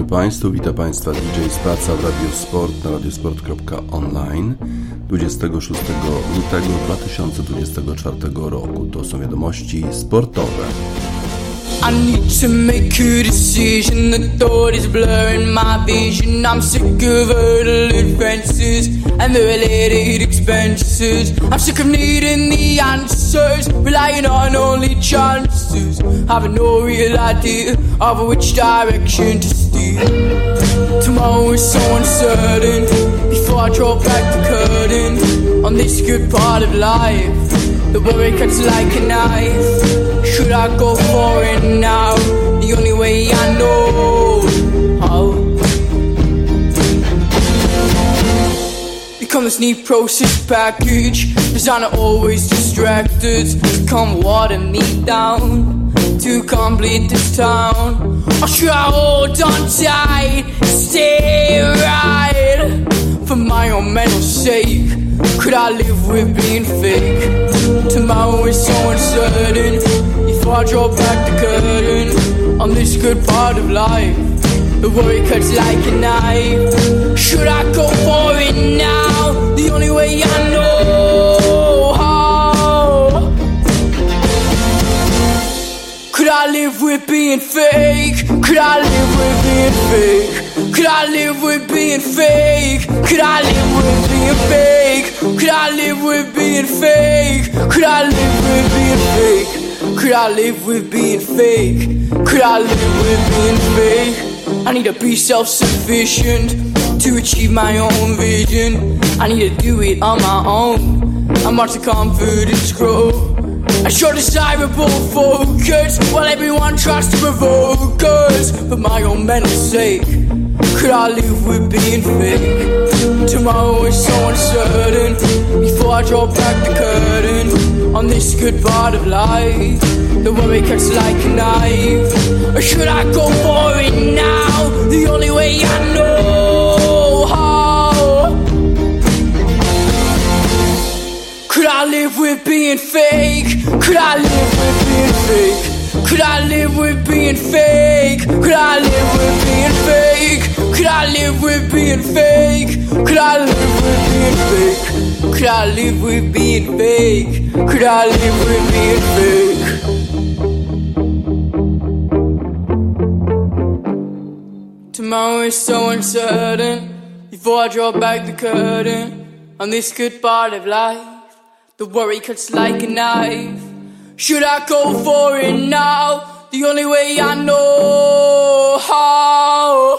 dobry Państwu, witam Państwa DJ Spaca w Radio Sport na radiosport.online 26 lutego 2024 roku. To są wiadomości sportowe. I need to make a decision, the thought is blurring my vision. I'm sick of hurdling fences and the related expenses. I'm sick of needing the answers, relying on only chances, having no real idea of which direction to steer. Tomorrow is so uncertain, before I draw back the curtain on this good part of life, the worry cuts like a knife. Should I go for it now? The only way I know how. Become this neat process package, designer always distracted. Come water me down to complete this town. Or should I hold on tight, stay right for my own mental sake? Could I live with being fake? Tomorrow is so uncertain, before I draw back the curtain on this good part of life, the worry cuts like a knife. Should I go for it now? The only way I know how. Could I live with being fake? Could I live with being fake? Could I live with being fake? Could I live with being fake? Could I live with being fake? Could I live with being fake? Could I live with being fake? Could I live with being fake? I need to be self-sufficient to achieve my own vision. I need to do it on my own. I watch the confidence grow. I show desirable focus while everyone tries to provoke us. For my own mental sake, could I live with being fake? Tomorrow is so uncertain, before I draw back the curtain on this good part of life, the worry cuts like a knife. Or should I go for it now? The only way I know how. Could I live with being fake? Could I live with being fake? Could I live with being fake? Could I live with being fake? Could I live with being fake? Could I live with being fake? Could I live with being fake? Could I live with being fake? Tomorrow is so uncertain, before I draw back the curtain on this good part of life, the worry cuts like a knife. Should I go for it now? The only way I know how.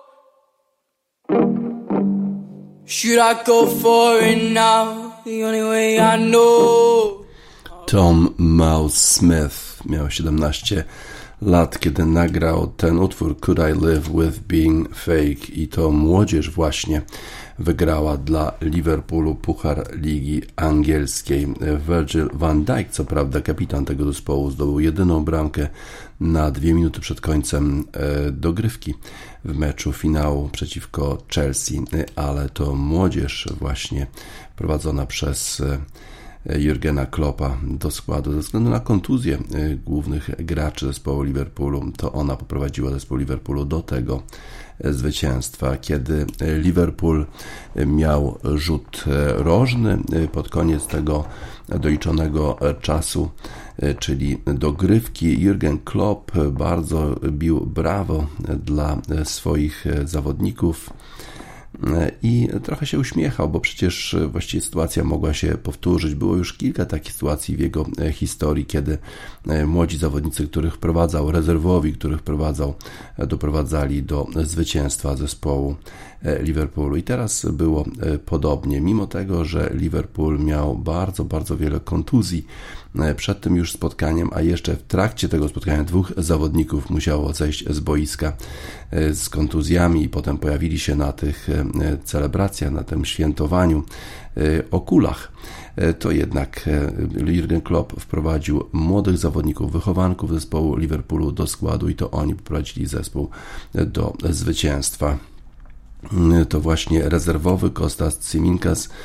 Should I go for it now? The only way I know. Tom Mouse Smith miał 17 lat, kiedy nagrał ten utwór Could I Live With Being Fake, i to młodzież właśnie wygrała dla Liverpoolu Puchar Ligi Angielskiej. Virgil van Dijk, co prawda kapitan tego zespołu, zdobył jedyną bramkę na 2 minuty przed końcem dogrywki w meczu finału przeciwko Chelsea, ale to młodzież właśnie prowadzona przez Jurgena Kloppa do składu ze względu na kontuzję głównych graczy zespołu Liverpoolu. To ona poprowadziła zespół Liverpoolu do tego zwycięstwa. Kiedy Liverpool miał rzut rożny pod koniec tego doliczonego czasu, czyli dogrywki, Jurgen Klopp bardzo bił brawo dla swoich zawodników i trochę się uśmiechał, bo przecież właściwie sytuacja mogła się powtórzyć. Było już kilka takich sytuacji w jego historii, kiedy młodzi zawodnicy, których wprowadzał, rezerwowi, których wprowadzał, doprowadzali do zwycięstwa zespołu Liverpoolu. I teraz było podobnie, mimo tego, że Liverpool miał bardzo, bardzo wiele kontuzji przed tym już spotkaniem, a jeszcze w trakcie tego spotkania 2 zawodników musiało zejść z boiska z kontuzjami i potem pojawili się na tych celebracjach, na tym świętowaniu o kulach. To jednak Jurgen Klopp wprowadził młodych zawodników, wychowanków zespołu Liverpoolu do składu i to oni poprowadzili zespół do zwycięstwa. To właśnie rezerwowy Kostas Tsimikas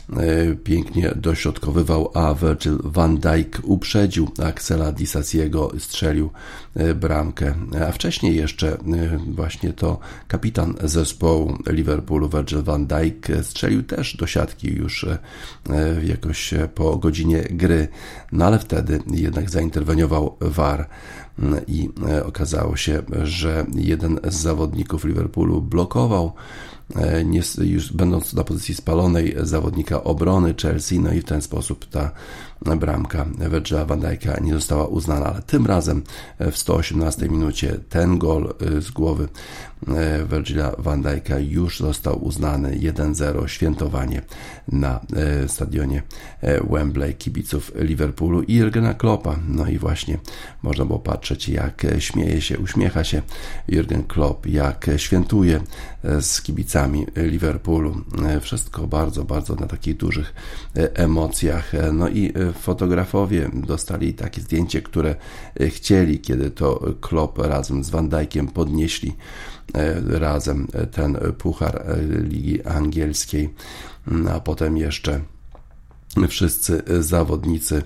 pięknie dośrodkowywał, a Virgil van Dijk uprzedził Axela Disasiego, strzelił bramkę, a wcześniej jeszcze właśnie to kapitan zespołu Liverpoolu Virgil van Dijk strzelił też do siatki już jakoś po godzinie gry, no ale wtedy jednak zainterweniował VAR i okazało się, że jeden z zawodników Liverpoolu blokował, już będąc na pozycji spalonej, zawodnika obrony Chelsea, no i w ten sposób ta bramka Virgila van Dijk'a nie została uznana, ale tym razem w 118 minucie ten gol z głowy Virgila van Dijk'a już został uznany. 1-0, świętowanie na stadionie Wembley kibiców Liverpoolu i Jurgena Kloppa. No i właśnie można było patrzeć, jak śmieje się, uśmiecha się Jurgen Klopp, jak świętuje z kibicami Liverpoolu. Wszystko bardzo, bardzo na takich dużych emocjach. No i fotografowie dostali takie zdjęcie, które chcieli, kiedy to Klopp razem z Van Dijkiem podnieśli razem ten puchar Ligi Angielskiej, a potem jeszcze wszyscy zawodnicy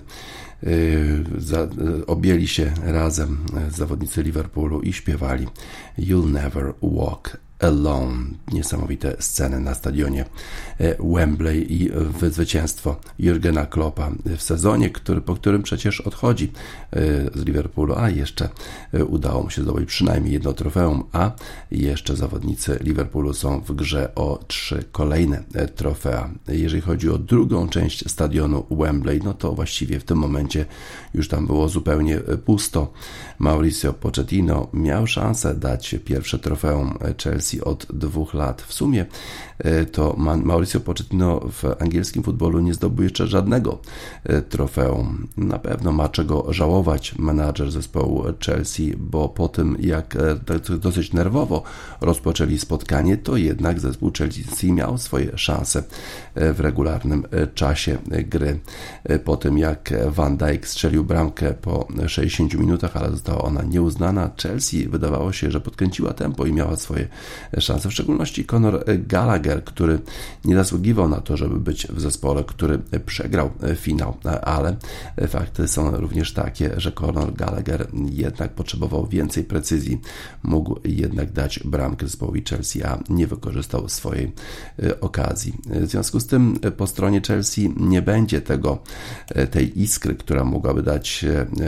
objęli się razem, zawodnicy Liverpoolu, i śpiewali You'll Never Walk Alone. Niesamowite sceny na stadionie Wembley i zwycięstwo Jurgena Kloppa w sezonie, po którym przecież odchodzi z Liverpoolu, a jeszcze udało mu się zdobyć przynajmniej jedno trofeum, a jeszcze zawodnicy Liverpoolu są w grze o 3 kolejne trofea. Jeżeli chodzi o drugą część stadionu Wembley, no to właściwie w tym momencie już tam było zupełnie pusto. Mauricio Pochettino miał szansę dać pierwsze trofeum Chelsea od 2 lat. W sumie to Mauricio Pochettino w angielskim futbolu nie zdobył jeszcze żadnego trofeum. Na pewno ma czego żałować menadżer zespołu Chelsea, bo po tym, jak dosyć nerwowo rozpoczęli spotkanie, to jednak zespół Chelsea miał swoje szanse w regularnym czasie gry. Po tym, jak Van Dijk strzelił bramkę po 60 minutach, ale została ona nieuznana, Chelsea wydawało się, że podkręciła tempo i miała swoje szanse, w szczególności Conor Gallagher, który nie zasługiwał na to, żeby być w zespole, który przegrał finał, ale fakty są również takie, że Conor Gallagher jednak potrzebował więcej precyzji, mógł jednak dać bramkę zespołowi Chelsea, a nie wykorzystał swojej okazji. W związku z tym po stronie Chelsea nie będzie tej iskry, która mogłaby dać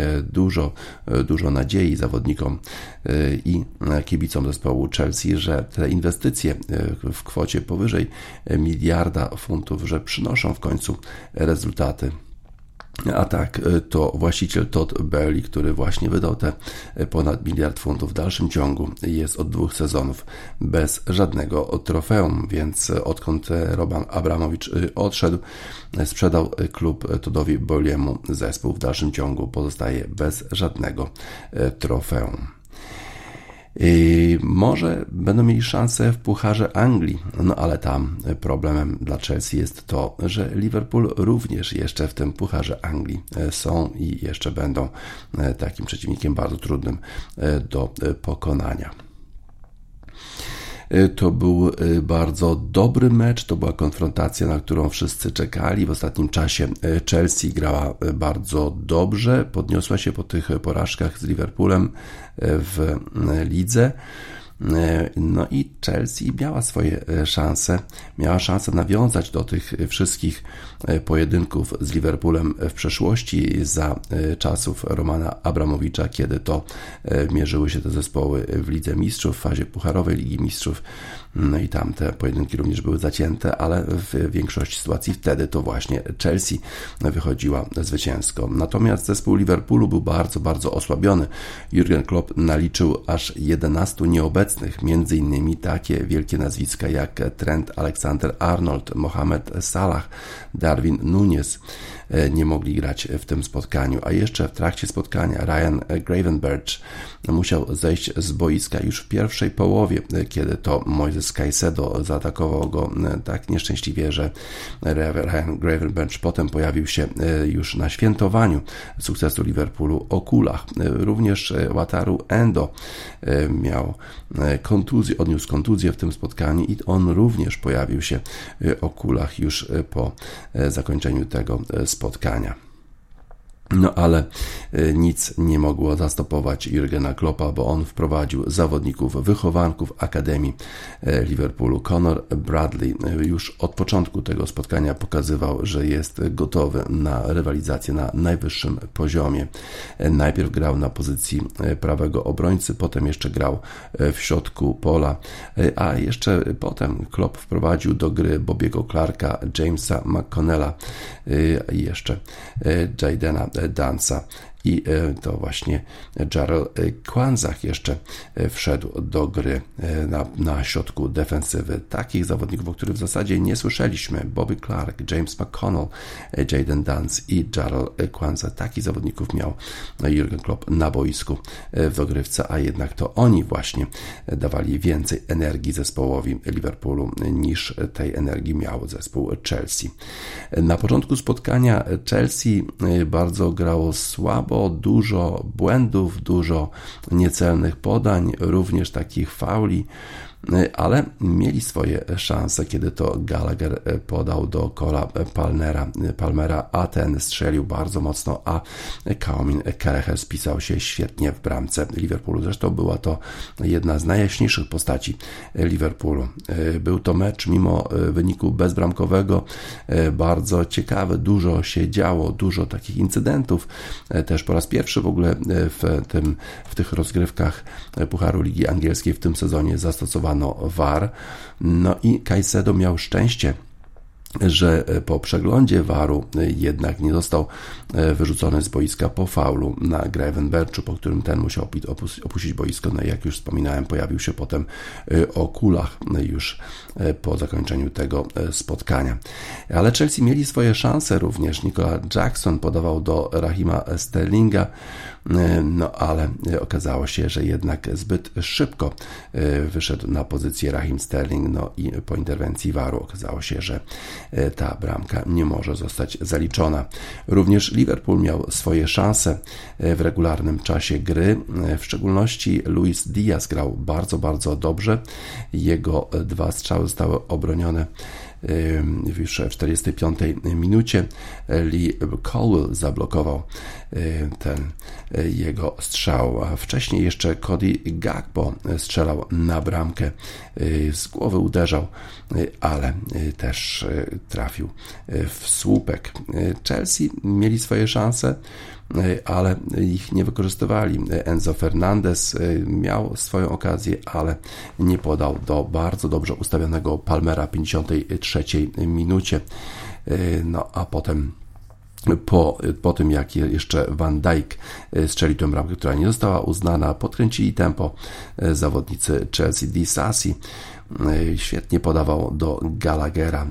dużo nadziei zawodnikom i kibicom zespołu Chelsea, że te inwestycje w kwocie powyżej $1 miliarda, że przynoszą w końcu rezultaty. A tak, to właściciel Todd Boehly, który właśnie wydał te ponad $1 miliard w dalszym ciągu jest od 2 sezonów bez żadnego trofeum, więc odkąd Roman Abramowicz odszedł, sprzedał klub Toddowi Boehly'emu, zespół w dalszym ciągu pozostaje bez żadnego trofeum. Może będą mieli szansę w Pucharze Anglii, no ale tam problemem dla Chelsea jest to, że Liverpool również jeszcze w tym Pucharze Anglii są i jeszcze będą takim przeciwnikiem bardzo trudnym do pokonania. To był bardzo dobry mecz, to była konfrontacja, na którą wszyscy czekali. W ostatnim czasie Chelsea grała bardzo dobrze, podniosła się po tych porażkach z Liverpoolem w lidze. No i Chelsea miała swoje szanse, miała szansę nawiązać do tych wszystkich pojedynków z Liverpoolem w przeszłości za czasów Romana Abramowicza, kiedy to mierzyły się te zespoły w Lidze Mistrzów, w fazie pucharowej Ligi Mistrzów. No i tam te pojedynki również były zacięte, ale w większości sytuacji wtedy to właśnie Chelsea wychodziła zwycięsko. Natomiast zespół Liverpoolu był bardzo, bardzo osłabiony. Jurgen Klopp naliczył aż 11 nieobecnych, między innymi takie wielkie nazwiska jak Trent Alexander-Arnold, Mohamed Salah, Darwin Núñez. nie mogli grać w tym spotkaniu. A jeszcze w trakcie spotkania Ryan Gravenberch musiał zejść z boiska już w pierwszej połowie, kiedy to Moises Caicedo zaatakował go tak nieszczęśliwie, że Ryan Gravenberch potem pojawił się już na świętowaniu sukcesu Liverpoolu o kulach. Również Wataru Endo odniósł kontuzję w tym spotkaniu i on również pojawił się o kulach już po zakończeniu tego spotkania. No ale nic nie mogło zastopować Jurgena Kloppa, bo on wprowadził zawodników, wychowanków Akademii Liverpoolu. Conor Bradley już od początku tego spotkania pokazywał, że jest gotowy na rywalizację na najwyższym poziomie. Najpierw grał na pozycji prawego obrońcy, potem jeszcze grał w środku pola, a jeszcze potem Klopp wprowadził do gry Bobbiego Clarka, Jamesa McConnella i jeszcze Jadena Danca i to właśnie Jarell Quansah jeszcze wszedł do gry na środku defensywy. Takich zawodników, o których w zasadzie nie słyszeliśmy: Bobby Clark, James McConnell, Jadon Dance i Jarell Quansah. Takich zawodników miał Jurgen Klopp na boisku w dogrywce, a jednak to oni właśnie dawali więcej energii zespołowi Liverpoolu niż tej energii miał zespół Chelsea. Na początku spotkania Chelsea bardzo grało słabo, dużo błędów, dużo niecelnych podań, również takich fauli, ale mieli swoje szanse, kiedy to Gallagher podał do Cola Palmera, a ten strzelił bardzo mocno, a Kaomin Kelleher spisał się świetnie w bramce Liverpoolu. Zresztą była to jedna z najjaśniejszych postaci Liverpoolu. Był to mecz mimo wyniku bezbramkowego bardzo ciekawy, dużo się działo, dużo takich incydentów. Też po raz pierwszy w ogóle w tych rozgrywkach Pucharu Ligi Angielskiej w tym sezonie zastosowano VAR. No i Caicedo miał szczęście, że po przeglądzie VAR-u jednak nie został wyrzucony z boiska po faulu na Gravenberchu, po którym ten musiał opuścić boisko. No i jak już wspominałem, pojawił się potem o kulach już po zakończeniu tego spotkania. Ale Chelsea mieli swoje szanse również. Nicola Jackson podawał do Rahima Sterlinga, no ale okazało się, że jednak zbyt szybko wyszedł na pozycję Raheem Sterling, no i po interwencji VAR-u okazało się, że ta bramka nie może zostać zaliczona. Również Liverpool miał swoje szanse w regularnym czasie gry, w szczególności Luis Diaz grał bardzo, bardzo dobrze. Jego 2 strzały zostały obronione już w 45 minucie. Lee Colwill zablokował ten jego strzał, a wcześniej jeszcze Cody Gakpo strzelał na bramkę, z głowy uderzał, ale też trafił w słupek. Chelsea mieli swoje szanse, ale ich nie wykorzystywali. Enzo Fernandez miał swoją okazję, ale nie podał do bardzo dobrze ustawionego Palmera w 53 minucie. No a potem po tym, jak jeszcze Van Dijk strzelił tę bramkę, która nie została uznana, podkręcili tempo zawodnicy Chelsea. Disasi świetnie podawał do Gallaghera,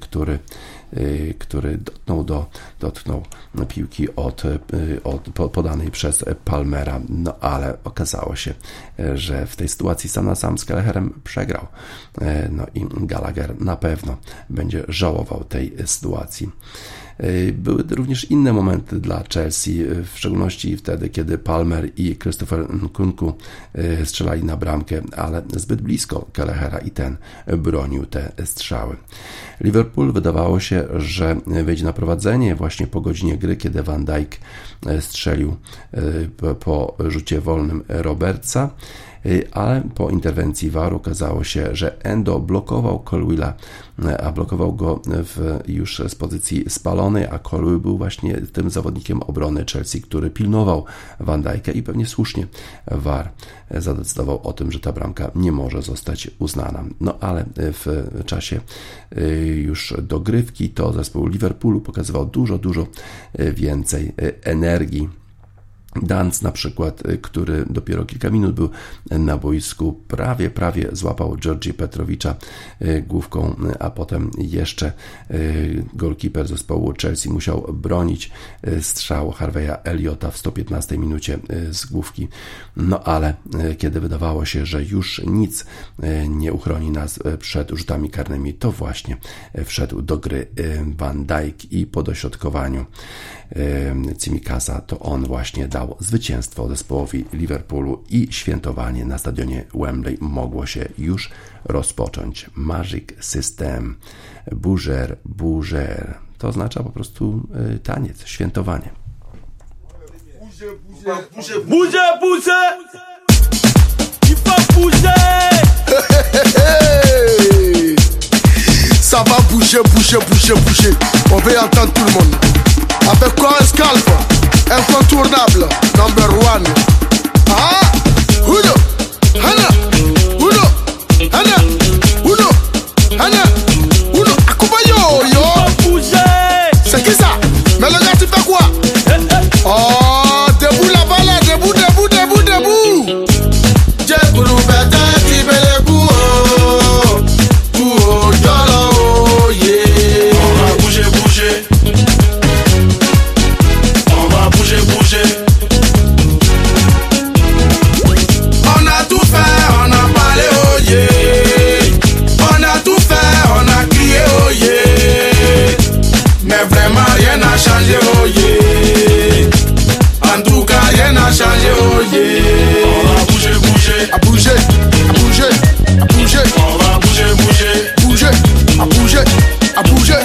który dotknął piłki podanej przez Palmera, no ale okazało się, że w tej sytuacji sam na sam z Kelleherem przegrał, no i Gallagher na pewno będzie żałował tej sytuacji. Były również inne momenty dla Chelsea, w szczególności wtedy, kiedy Palmer i Christopher Nkunku strzelali na bramkę, ale zbyt blisko Kellehera i ten bronił te strzały. Liverpool wydawało się, że wejdzie na prowadzenie właśnie po godzinie gry, kiedy Van Dijk strzelił po rzucie wolnym Robertsa, ale po interwencji VAR okazało się, że Endo blokował Colwilla, a blokował go już z pozycji spalonej, a Colwill był właśnie tym zawodnikiem obrony Chelsea, który pilnował Van Dijk'a i pewnie słusznie VAR zadecydował o tym, że ta bramka nie może zostać uznana. No ale w czasie już dogrywki to zespół Liverpoolu pokazywał dużo więcej energii. Danc na przykład, który dopiero kilka minut był na boisku, prawie złapał Georgi Petrowicza główką, a potem jeszcze golkiper zespołu Chelsea musiał bronić strzał Harveya Elliotta w 115 minucie z główki. No ale kiedy wydawało się, że już nic nie uchroni nas przed rzutami karnymi, to właśnie wszedł do gry Van Dijk i po dośrodkowaniu Tsimikas to on właśnie dał zwycięstwo zespołowi Liverpoolu i świętowanie na stadionie Wembley mogło się już rozpocząć. Magic System, Bouger. To oznacza po prostu taniec, świętowanie. Bouger! Il faut bouger! Ça va bouger. On veut entendre tout le monde. Avec quoi un scalp incontournable, number one. Ah, uno, hana, uno, hana, uno, hana, uno. Akubayo, yo. C'est qui ça? Mais le gars, tu fais quoi? Oh, debout là-bas, là, debout. J'ai voulu bêter, qui fait les coups, oh, yolo, yeah. On va bouger. On va bouger. On a tout fait, on a parlé, oh yeah. On a tout fait, on a crié, oh yeah. Mais vraiment rien n'a changé, oh yeah. En tout cas rien n'a changé, oh yeah. On va bouger. À bouger. On va bouger. À bouger.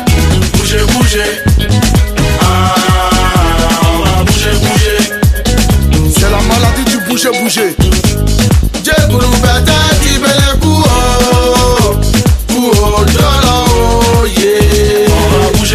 Ah, on va bouger. C'est la maladie du bouger. J'ai voulu bêter, qui fait les coups, oh, yolo, yeah. On va bouger.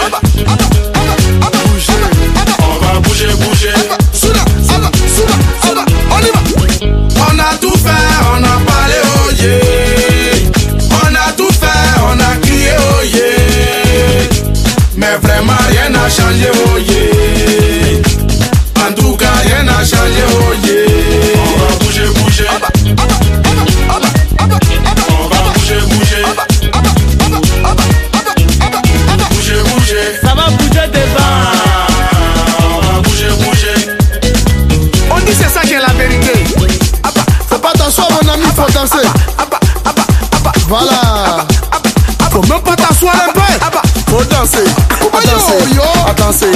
On va bouger. Souda, on y va. On a tout fait, on a parlé, oh yeah. On a tout fait, on a crié, oh yeah. Mais vraiment rien n'a changé, oh yeah. En tout cas rien n'a changé, oh yeah. On va bouger. On va bouger. Ça va bouger devant. On va bouger. On dit c'est ça qui est la vérité. Faut pas t'asseoir mon ami, faut danser. Voilà. Faut même pas t'asseoir un peu. Faut danser. À danser.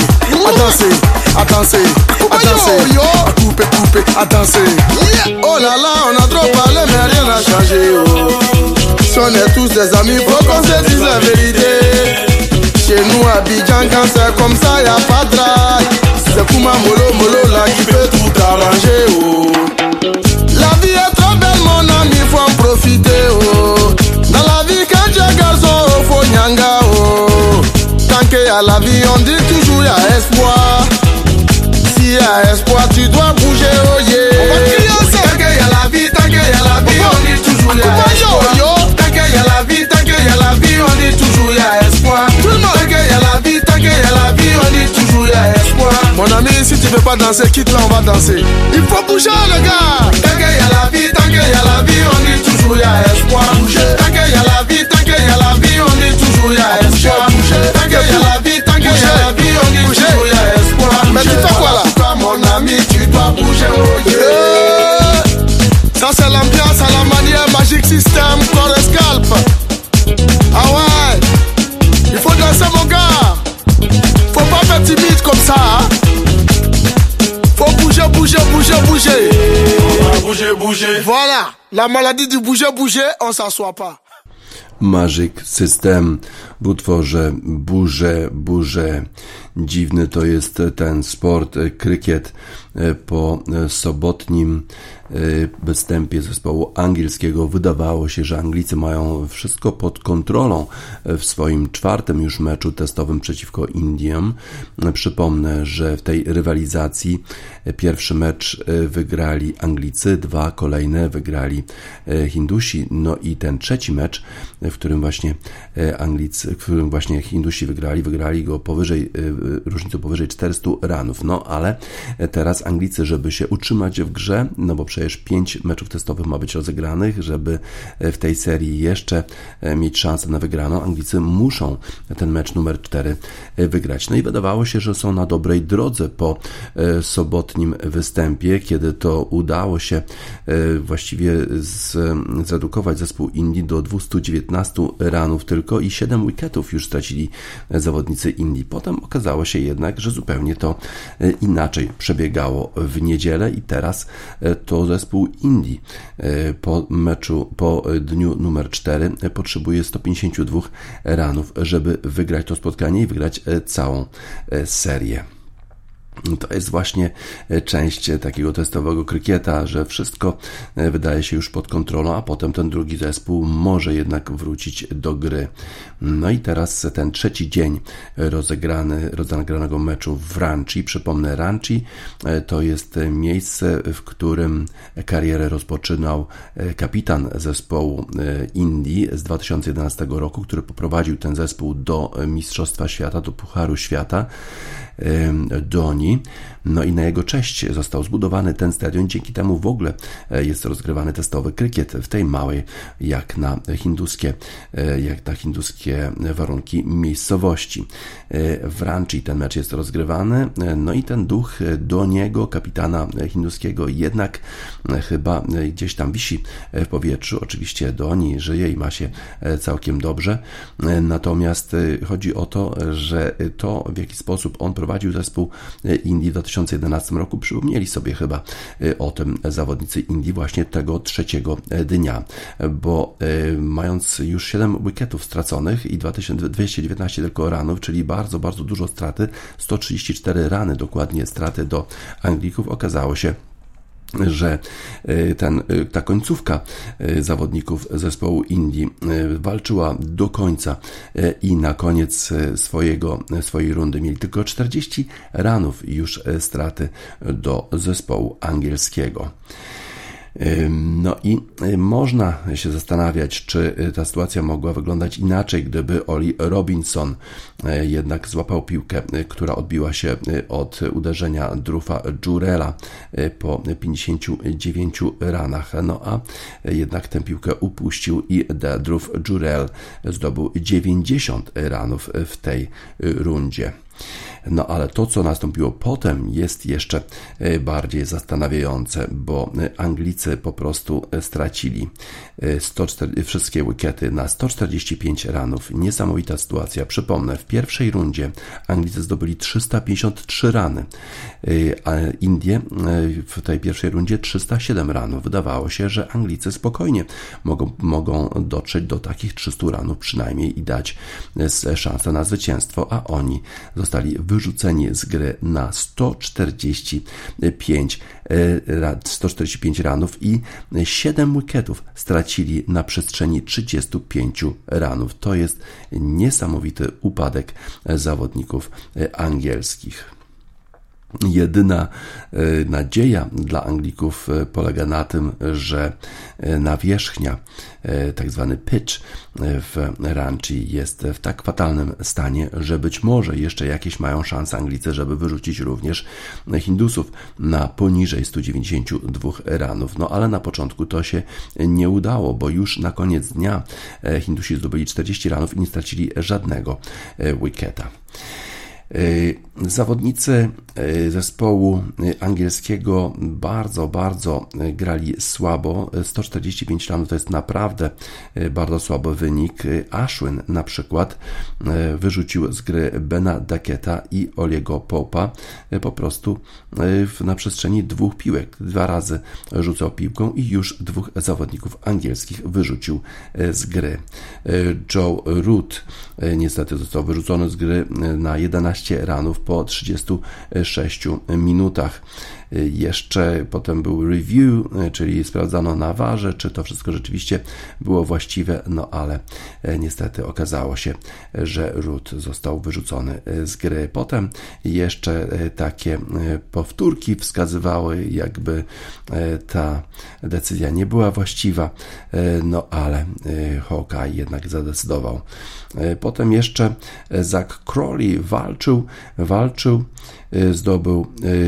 À couper, à danser. Oh là là, on a trop parlé mais rien n'a changé, oh. Si on est tous des amis, faut qu'on se dise la vérité. Chez nous à Abidjan, quand c'est comme ça, y'a pas de drague. C'est Kouma Molo là qui peut tout arranger, oh. La vie est trop belle mon ami, faut en profiter, oh. Dans la vie quand tu es garçon, faut nyanga, oh. Tant qu'il y a la vie, on dit toujours y'a espoir. S'il y a espoir, tu dois bouger, oh yeah. On va crier ensemble. Tant qu'il y a la vie, on dit toujours y'a espoir. Tant qu'il y a la vie, on dit toujours y'a espoir. Tout le monde. Tant qu'il y a la vie, on dit toujours y'a espoir. Mon ami, si tu veux pas danser, quitte là, on va danser. Il faut bouger, le gars. Tant qu'il y a la vie, on dit toujours y'a espoir. Tant qu'il y a la vie, on dit toujours y'a espoir. Tant qu'il y a la vie, on dit toujours y'a espoir. Mais tu fais quoi là? Toi, mon ami, tu dois bouger, oh yeah. Ça c'est l'ambiance à la manière Magic System, corps et scalp. Ah ouais, il faut danser mon gars. Faut pas faire timide comme ça, hein? Faut bouger. On va bouger. Voilà, la maladie du bouger, on s'assoit pas. Magic System w utworze Burze. Dziwny to jest ten sport, krykiet, po sobotnim występie zespołu angielskiego. Wydawało się, że Anglicy mają wszystko pod kontrolą w swoim czwartym już meczu testowym przeciwko Indiom. Przypomnę, że w tej rywalizacji pierwszy mecz wygrali Anglicy, dwa kolejne wygrali Hindusi, no i ten trzeci mecz, w którym właśnie Hindusi wygrali go powyżej różnicą powyżej 400 runów. No ale teraz Anglicy, żeby się utrzymać w grze, no bo przecież 5 meczów testowych ma być rozegranych, żeby w tej serii jeszcze mieć szansę na wygraną, Anglicy muszą ten mecz numer 4 wygrać. No i wydawało się, że są na dobrej drodze po sobotnim występie, kiedy to udało się właściwie zredukować zespół Indii do 219 runów tylko i 7 wicketów już stracili zawodnicy Indii. Potem okazało się jednak, że zupełnie to inaczej przebiegało w niedzielę i teraz to zespół Indii po dniu numer 4 potrzebuje 152 runów, żeby wygrać to spotkanie i wygrać całą serię. To jest właśnie część takiego testowego krykieta, że wszystko wydaje się już pod kontrolą, a potem ten drugi zespół może jednak wrócić do gry. No i teraz ten trzeci dzień rozegranego meczu w Ranchi. Przypomnę, Ranchi to jest miejsce, w którym karierę rozpoczynał kapitan zespołu Indii z 2011 roku, który poprowadził ten zespół do Mistrzostwa Świata, do Pucharu Świata. Dhoni. No i na jego cześć został zbudowany ten stadion, dzięki temu w ogóle jest rozgrywany testowy krykiet w tej małej, jak na hinduskie warunki miejscowości. W Ranchi ten mecz jest rozgrywany, no i ten duch Dhoniego, kapitana hinduskiego, jednak chyba gdzieś tam wisi w powietrzu. Oczywiście Dhoni żyje i ma się całkiem dobrze, natomiast chodzi o to, że to, w jaki sposób on prowadził zespół Indii w 2011 roku, przypomnieli sobie chyba o tym zawodnicy Indii właśnie tego trzeciego dnia, bo mając już 7 wicketów straconych i 2219 tylko ranów, czyli bardzo, bardzo dużo straty, 134 rany dokładnie straty do Anglików, okazało się, że ta końcówka zawodników zespołu Indii walczyła do końca i na koniec swojej rundy mieli tylko 40 ranów już straty do zespołu angielskiego. No i można się zastanawiać, czy ta sytuacja mogła wyglądać inaczej, gdyby Oli Robinson jednak złapał piłkę, która odbiła się od uderzenia Dhruva Jurela po 59 ranach. No a jednak tę piłkę upuścił i Dhruv Jurel zdobył 90 ranów w tej rundzie. No ale to, co nastąpiło potem, jest jeszcze bardziej zastanawiające, bo Anglicy po prostu stracili wszystkie wickety na 145 ranów. Niesamowita sytuacja. Przypomnę, w pierwszej rundzie Anglicy zdobyli 353 rany, a Indie w tej pierwszej rundzie 307 ranów. Wydawało się, że Anglicy spokojnie mogą dotrzeć do takich 300 ranów przynajmniej i dać szansę na zwycięstwo, a oni zostali wyrzuceni z gry na 145 ranów i 7 wicketów stracili na przestrzeni 35 ranów. To jest niesamowity upadek zawodników angielskich. Jedyna nadzieja dla Anglików polega na tym, że nawierzchnia, tak zwany pitch w Ranchi jest w tak fatalnym stanie, że być może jeszcze jakieś mają szanse Anglicy, żeby wyrzucić również Hindusów na poniżej 192 ranów. No ale na początku to się nie udało, bo już na koniec dnia Hindusi zdobyli 40 ranów i nie stracili żadnego wicketa. Zawodnicy zespołu angielskiego bardzo, bardzo grali słabo. 145 ranów to jest naprawdę bardzo słaby wynik. Ashwin na przykład wyrzucił z gry Bena Ducketa i Oliego Pope'a po prostu na przestrzeni 2 piłek. 2 razy rzucał piłką i już 2 zawodników angielskich wyrzucił z gry. Joe Root niestety został wyrzucony z gry na 11 ranów po 36 minutach. Jeszcze potem był review, czyli sprawdzano na warze, czy to wszystko rzeczywiście było właściwe, no ale niestety okazało się, że Ruud został wyrzucony z gry. Potem jeszcze takie powtórki wskazywały, jakby ta decyzja nie była właściwa, no ale Hawkeye jednak zadecydował. Potem jeszcze Zach Crawley walczył, zdobył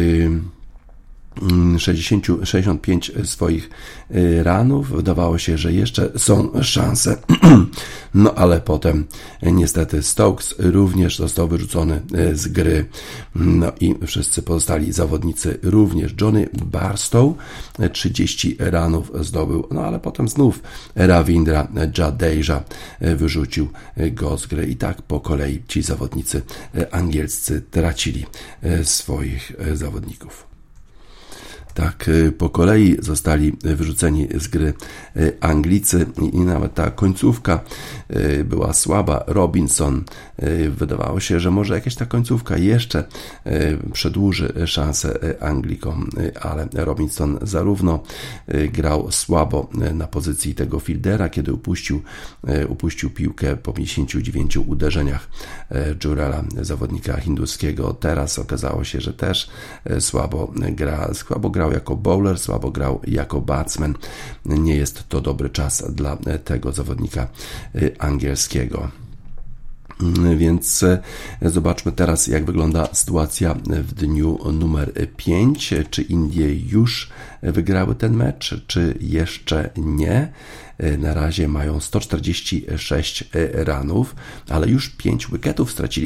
65 swoich ranów. Wydawało się, że jeszcze są szanse, no ale potem niestety Stokes również został wyrzucony z gry, no i wszyscy pozostali zawodnicy również. Johnny Barstow 30 ranów zdobył, no ale potem znów Ravindra Jadeja wyrzucił go z gry i tak po kolei ci zawodnicy angielscy tracili swoich zawodników. Tak po kolei zostali wyrzuceni z gry Anglicy i nawet ta końcówka była słaba. Robinson, wydawało się, że może jakaś ta końcówka jeszcze przedłuży szansę Anglikom, ale Robinson zarówno grał słabo na pozycji tego fieldera, kiedy upuścił piłkę po 59 uderzeniach Jurella, zawodnika hinduskiego. Teraz okazało się, że też słabo grał jako bowler, słabo grał jako batsman. Nie jest to dobry czas dla tego zawodnika angielskiego. Więc zobaczmy teraz, jak wygląda sytuacja w dniu numer 5. Czy Indie już wygrały ten mecz, czy jeszcze nie? Na razie mają 146 ranów, ale już 5 wicketów stracili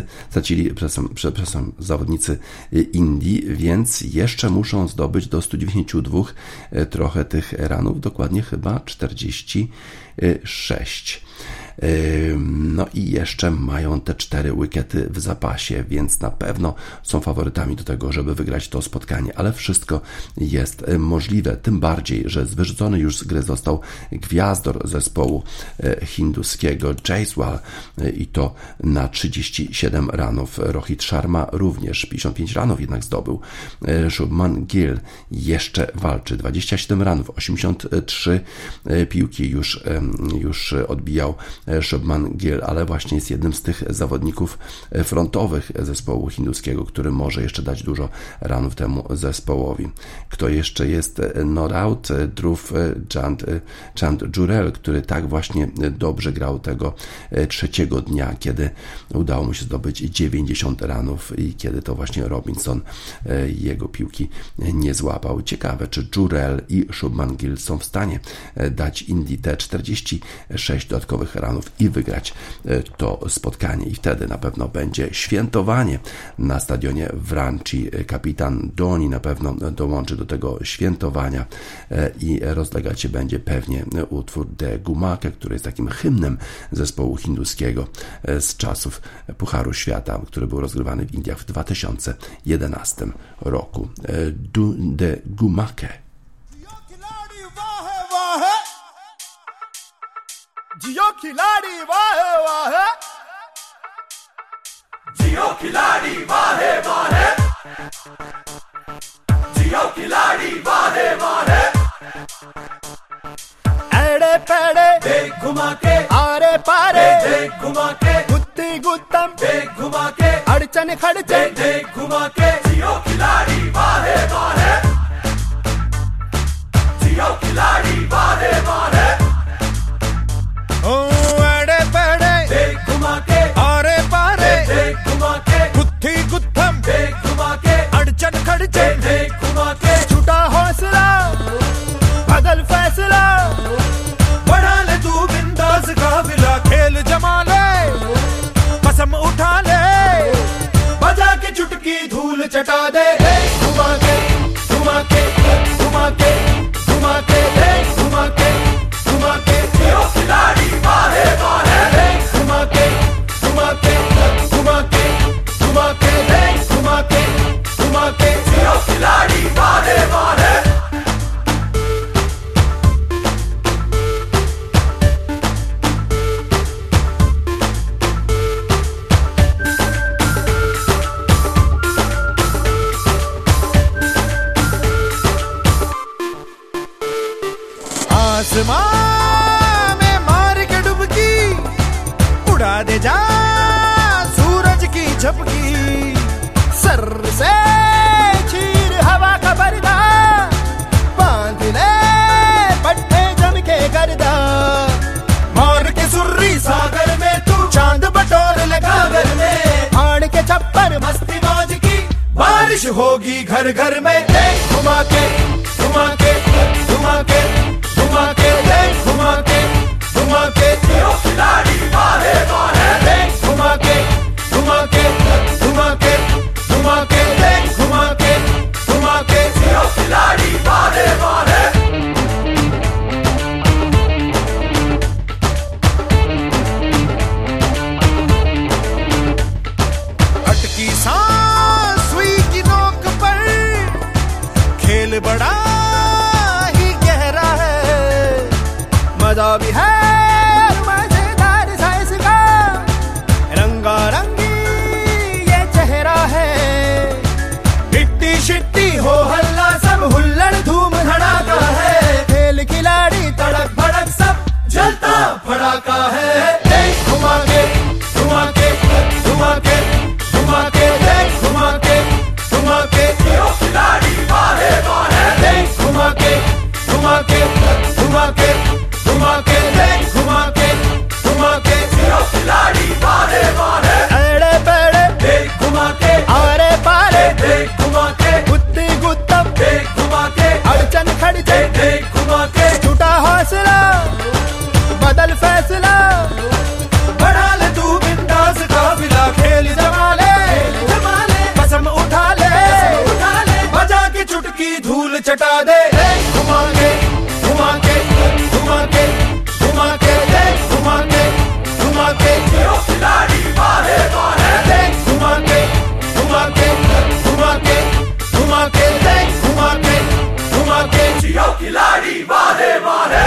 zawodnicy Indii, więc jeszcze muszą zdobyć do 192 trochę tych ranów, dokładnie chyba 46. No i jeszcze mają te 4 wickety w zapasie, więc na pewno są faworytami do tego, żeby wygrać to spotkanie, ale wszystko jest możliwe, tym bardziej, że wyrzucony już z gry został gwiazdor zespołu hinduskiego Jaiswal i to na 37 ranów. Rohit Sharma również 55 ranów jednak zdobył. Shubman Gill jeszcze walczy, 27 ranów, 83 piłki już odbijał Shubman Gill, ale właśnie jest jednym z tych zawodników frontowych zespołu hinduskiego, który może jeszcze dać dużo ranów temu zespołowi. Kto jeszcze jest not out? Dhruv Chand Jurel, który tak właśnie dobrze grał tego trzeciego dnia, kiedy udało mu się zdobyć 90 ranów i kiedy to właśnie Robinson jego piłki nie złapał. Ciekawe, czy Jurel i Shubman Gill są w stanie dać Indii te 46 dodatkowych ranów i wygrać to spotkanie i wtedy na pewno będzie świętowanie na stadionie w Ranchi. Kapitan Dhoni na pewno dołączy do tego świętowania i rozlegać się będzie pewnie utwór De Gumake, który jest takim hymnem zespołu hinduskiego z czasów Pucharu Świata, który był rozgrywany w Indiach w 2011 roku. De Gumake. जियो खिलाड़ी वाहे वाहे जियो खिलाड़ी वाहे वाहे जियो खिलाड़ी वाहे वाहे एड़े पेड़े देख घुमा के आरे पारे देख घुमा के गुत्ती गुत्तम देख घुमा के अड़चन खड़चन देख घुमा के जियो खिलाड़ी वाहे वाहे जियो खिलाड़ी वाहे वाहे एड़े पेड़े देख घुमा के आरे पारे देख घुमा के गुत्थी गुत्थम देख घुमा के अड़चन खड़चन देख घुमा के छुटा हौसला बदल फैसला बढ़ा ले तू बिंदास काफिला खेल जमा ले कसम उठा ले बजा के चुटकी धूल चटा दे घुमा के घुमा के घुमा के घुमा के घुमा के घुमा के जियो खिलाड़ी वाहे वाहे घुमा के घुमा के घुमा के घुमा के घुमा के घुमा के जियो खिलाड़ी वाहे वाहे जा सूरज की झपकी सर से चीर हवा का पर्दा बांध ले पट्टे जम के गर्दा मार के सुर्री सागर में तू चांद बटोर लगा घर में फाड़ के छप्पर मस्ती मौज की बारिश होगी घर घर में घुमा के घुमा के घुमा के घुमा के घुमा के घुमा के खिलाड़ी बाहे बाहे घुमा के घुमा के घुमा के घुमा के घुमा के घुमा के खिलाड़ी बाहे बाहे अटकी सांस सुई की नोक पर खेल बड़ा ही गहरा है मजा भी है मजेदार सा इसका रंगारंगी ये चेहरा है मिट्टी शिट्टी हो हल्ला सब हुल्लड़ धूम धड़ाका है खेल खिलाड़ी तड़क भड़क सब जलता फड़ाका है घुमा के घुमा के घुमा के घुमा के घुमा के घुमा के खिलाड़ी बाहे बाहे घुमा के घुमा के घुमा के घुमा के घुमा के घुमा के खिलाड़ी बाहे बाहे एड़े पेड़े घुमा के आरे पारे घुमा के गुत्ती गुत्तम घुमा के अड़चन खड़चे घुमा के झूठा हौसला बदल फैसला बढ़ा ले तू बिंदास काफिला खेल जमा ले कसम उठा ले बजा के चुटकी धूल चटा दे घुमा के घुमा के घुमा के घुमा के घुमा के घुमा के खिलाड़ी बाहे बाहे घुमा के घुमा के घुमा के घुमा के घुमा के घुमा के खिलाड़ी बाहे बाहे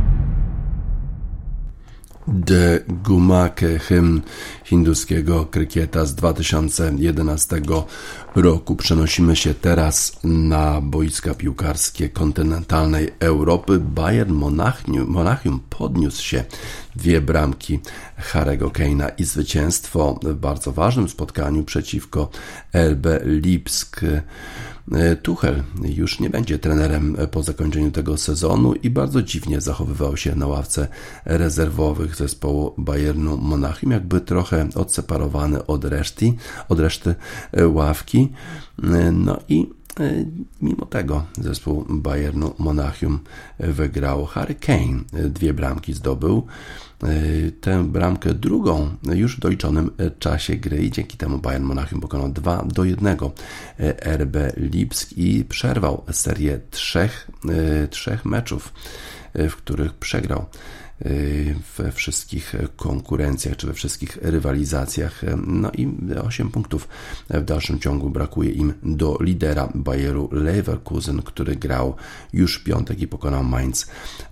The Gumake, hymn hinduskiego krykieta z 2011 roku. Przenosimy się teraz na boiska piłkarskie kontynentalnej Europy. Bayern Monachium podniósł się 2 bramki Harry'ego Kane'a i zwycięstwo w bardzo ważnym spotkaniu przeciwko RB Lipsk. Tuchel już nie będzie trenerem po zakończeniu tego sezonu i bardzo dziwnie zachowywał się na ławce rezerwowych zespołu Bayernu Monachium, jakby trochę odseparowany od reszty ławki. No i mimo tego zespół Bayernu Monachium wygrał. Harry Kane 2 bramki zdobył. Tę bramkę drugą już w doliczonym czasie gry i dzięki temu Bayern Monachium pokonał 2-1 RB Lipsk i przerwał serię 3 meczów, w których przegrał we wszystkich konkurencjach czy we wszystkich rywalizacjach. No i 8 punktów w dalszym ciągu brakuje im do lidera Bayeru Leverkusen, który grał już w piątek i pokonał Mainz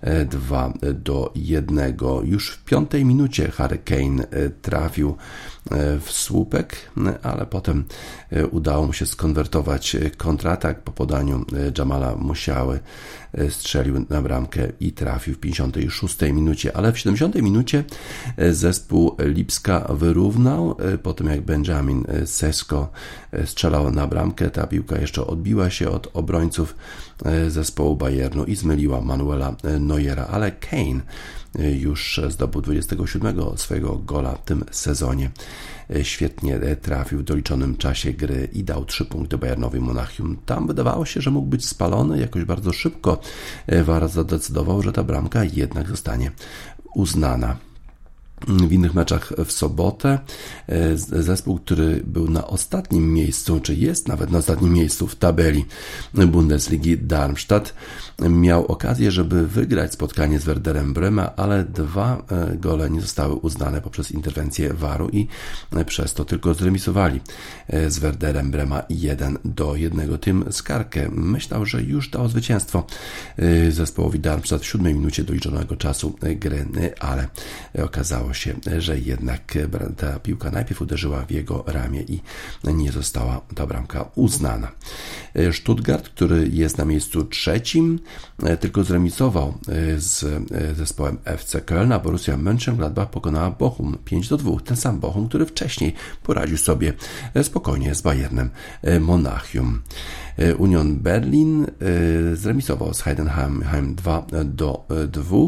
2-1. Już w 5 minucie Harry Kane trafił w słupek, ale potem udało mu się skonwertować kontratak po podaniu Jamala Musiały. Strzelił na bramkę i trafił w 56 minucie, ale w 70 minucie zespół Lipska wyrównał, po tym jak Benjamin Sesko strzelał na bramkę. Ta piłka jeszcze odbiła się od obrońców zespołu Bayernu i zmyliła Manuela Neuera, ale Kane już zdobył 27 swojego gola w tym sezonie. Świetnie trafił w doliczonym czasie gry i dał 3 punkty Bayernowi Monachium. Tam wydawało się, że mógł być spalony, jakoś bardzo szybko VAR zadecydował, że ta bramka jednak zostanie uznana. W innych meczach w sobotę zespół, który był na ostatnim miejscu, czy jest nawet na ostatnim miejscu w tabeli Bundesligi, Darmstadt, miał okazję, żeby wygrać spotkanie z Werderem Brema, ale 2 gole nie zostały uznane poprzez interwencję VAR-u i przez to tylko zremisowali z Werderem Brema 1-1. Tym Skarke myślał, że już dał zwycięstwo zespołowi Darmstadt w 7 minucie doliczonego czasu gry, ale okazało się, że jednak ta piłka najpierw uderzyła w jego ramię i nie została ta bramka uznana. Stuttgart, który jest na miejscu trzecim, tylko zremisował z zespołem FC Köln, a Borussia Mönchengladbach pokonała Bochum 5-2. Ten sam Bochum, który wcześniej poradził sobie spokojnie z Bayernem Monachium. Union Berlin zremisował z Heidenheim 2-2.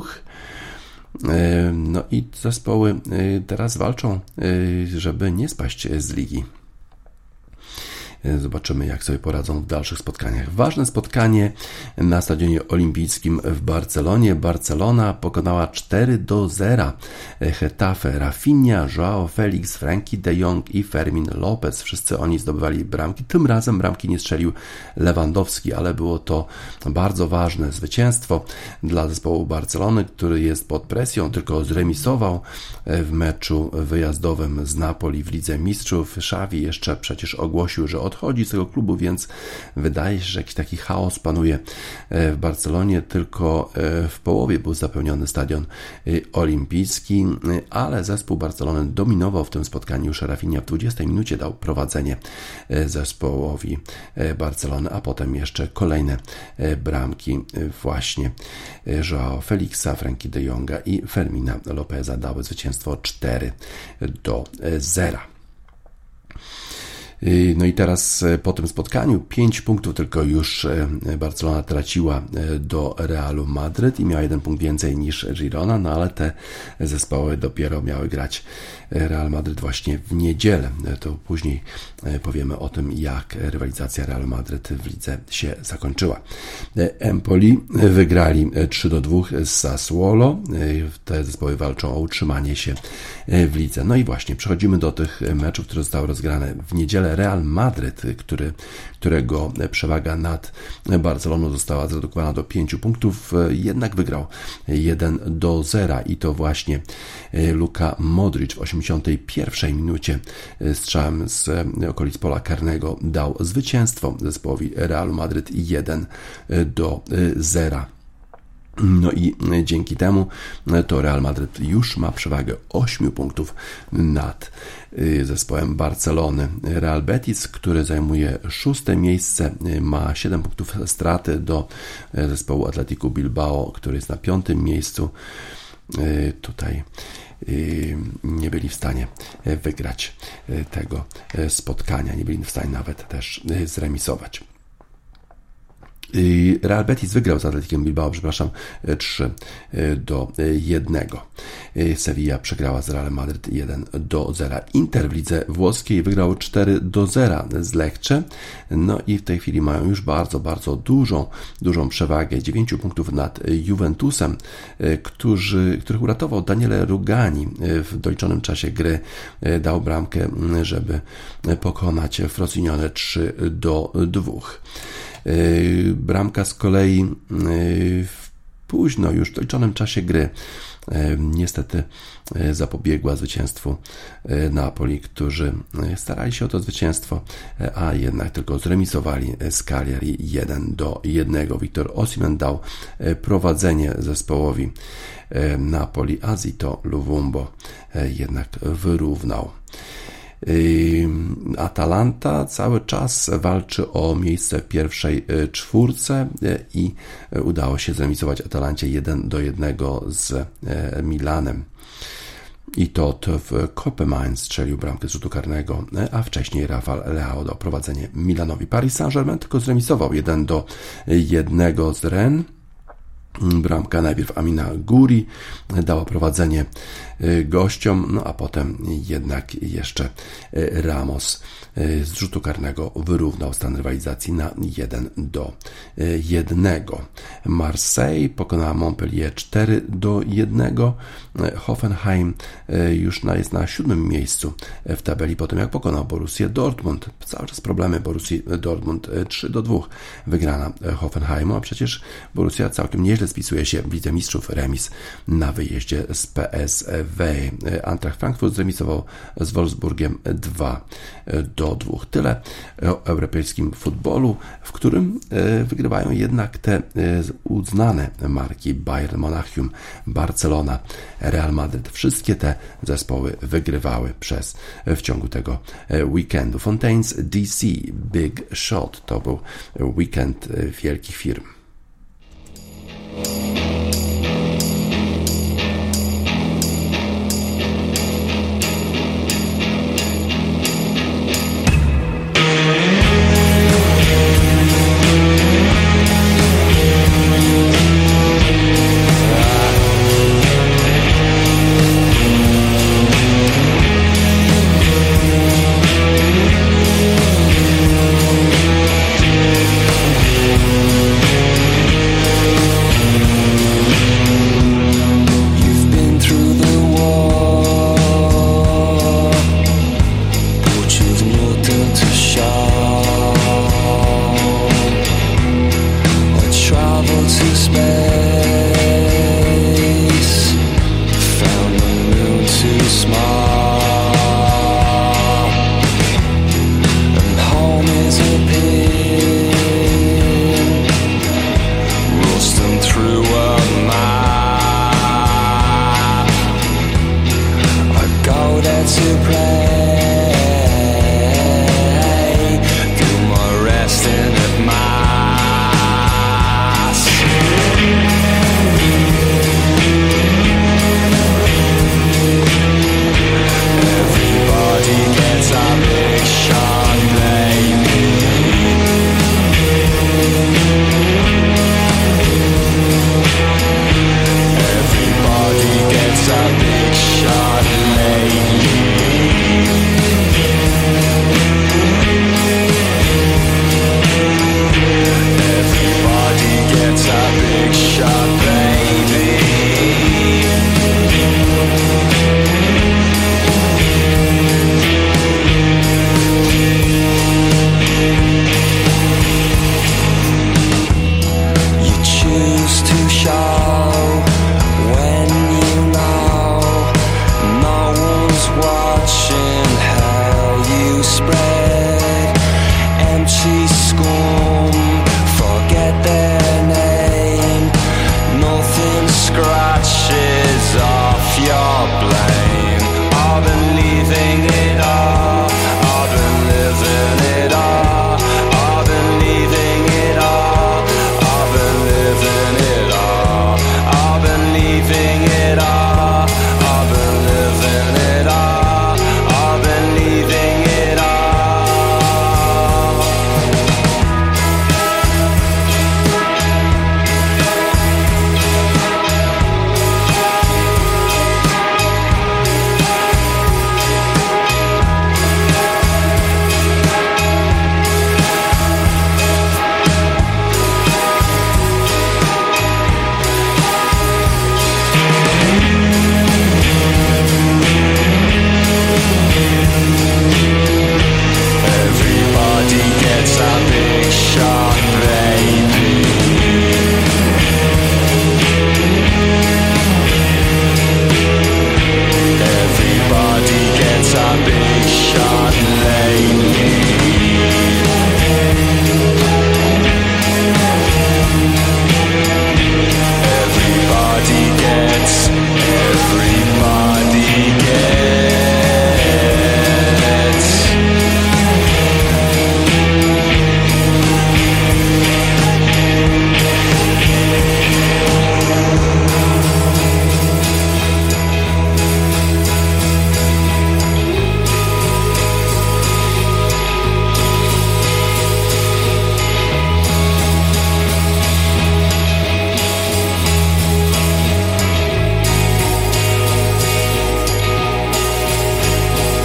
No i zespoły teraz walczą, żeby nie spaść z ligi. Zobaczymy, jak sobie poradzą w dalszych spotkaniach. Ważne spotkanie na Stadionie Olimpijskim w Barcelonie. Barcelona pokonała 4-0 Getafe. Rafinha, João Felix, Frenkie de Jong i Fermin Lopez. Wszyscy oni zdobywali bramki. Tym razem bramki nie strzelił Lewandowski, ale było to bardzo ważne zwycięstwo dla zespołu Barcelony, który jest pod presją, tylko zremisował w meczu wyjazdowym z Napoli w Lidze Mistrzów. Xavi jeszcze przecież ogłosił, że odchodzi z tego klubu, więc wydaje się, że jakiś taki chaos panuje w Barcelonie. Tylko w połowie był zapełniony stadion olimpijski, ale zespół Barcelony dominował w tym spotkaniu. Już Rafinha w 20 minucie dał prowadzenie zespołowi Barcelony, a potem jeszcze kolejne bramki właśnie João Felixa, Frenkie de Jonga i Fermina Lopeza dały zwycięstwo 4-0. No i teraz po tym spotkaniu 5 punktów tylko już Barcelona traciła do Realu Madryt i miała 1 punkt więcej niż Girona, no ale te zespoły dopiero miały grać Real Madryt właśnie w niedzielę. To później powiemy o tym, jak rywalizacja Realu Madryt w lidze się zakończyła. Empoli wygrali 3-2 z Sassuolo. Te zespoły walczą o utrzymanie się w lidze. No i właśnie przechodzimy do tych meczów, które zostały rozgrane w niedzielę. Real Madryt, którego przewaga nad Barceloną została zredukowana do 5 punktów, jednak wygrał 1-0 i to właśnie Luka Modric w 81 minucie strzałem z okolic pola karnego dał zwycięstwo zespołowi Realu Madryt 1-0. No i dzięki temu to Real Madryt już ma przewagę 8 punktów nad zespołem Barcelony. Real Betis, który zajmuje 6. miejsce, ma 7 punktów straty do zespołu Atletico Bilbao, który jest na 5. miejscu. Tutaj nie byli w stanie wygrać tego spotkania, nie byli w stanie nawet też zremisować. Real Betis wygrał z Atleticiem Bilbao, 3-1. Sevilla przegrała z Realem Madryt 1-0. Inter w lidze włoskiej wygrał 4-0 z Lecce. No i w tej chwili mają już bardzo, bardzo dużą przewagę, 9 punktów nad Juventusem, których uratował Daniele Rugani w doliczonym czasie gry. Dał bramkę, żeby pokonać Frosinone 3-2. Bramka z kolei późno, już w doliczonym czasie gry niestety zapobiegła zwycięstwu Napoli, którzy starali się o to zwycięstwo, a jednak tylko zremisowali z Cagliari 1-1. Victor Osimhen dał prowadzenie zespołowi Napoli, a Zito Luvumbo jednak wyrównał. Atalanta cały czas walczy o miejsce w pierwszej czwórce i udało się zremisować Atalancie 1-1 z Milanem. I to w Kopenhagen strzelił bramkę z rzutu karnego, a wcześniej Rafael Leao dał prowadzenie Milanowi. Paris Saint-Germain tylko zremisował 1-1 z Rennes. Bramka najpierw Amina Guri dała prowadzenie gościom, no a potem jednak jeszcze Ramos z rzutu karnego wyrównał stan rywalizacji na 1-1. Marseille pokonała Montpellier 4-1. Hoffenheim już jest na 7. miejscu w tabeli po tym, jak pokonał Borussię Dortmund. Cały czas problemy Borussii Dortmund, 3-2 wygrana Hoffenheimu, a przecież Borussia całkiem nieźle Nieźle spisuje się wicemistrzów, remis na wyjeździe z PSV. Eintracht Frankfurt zremisował z Wolfsburgiem 2-2. Tyle o europejskim futbolu, w którym wygrywają jednak te uznane marki Bayern Monachium, Barcelona, Real Madrid. Wszystkie te zespoły wygrywały w ciągu tego weekendu. Fontaines DC Big Shot to był weekend wielkich firm.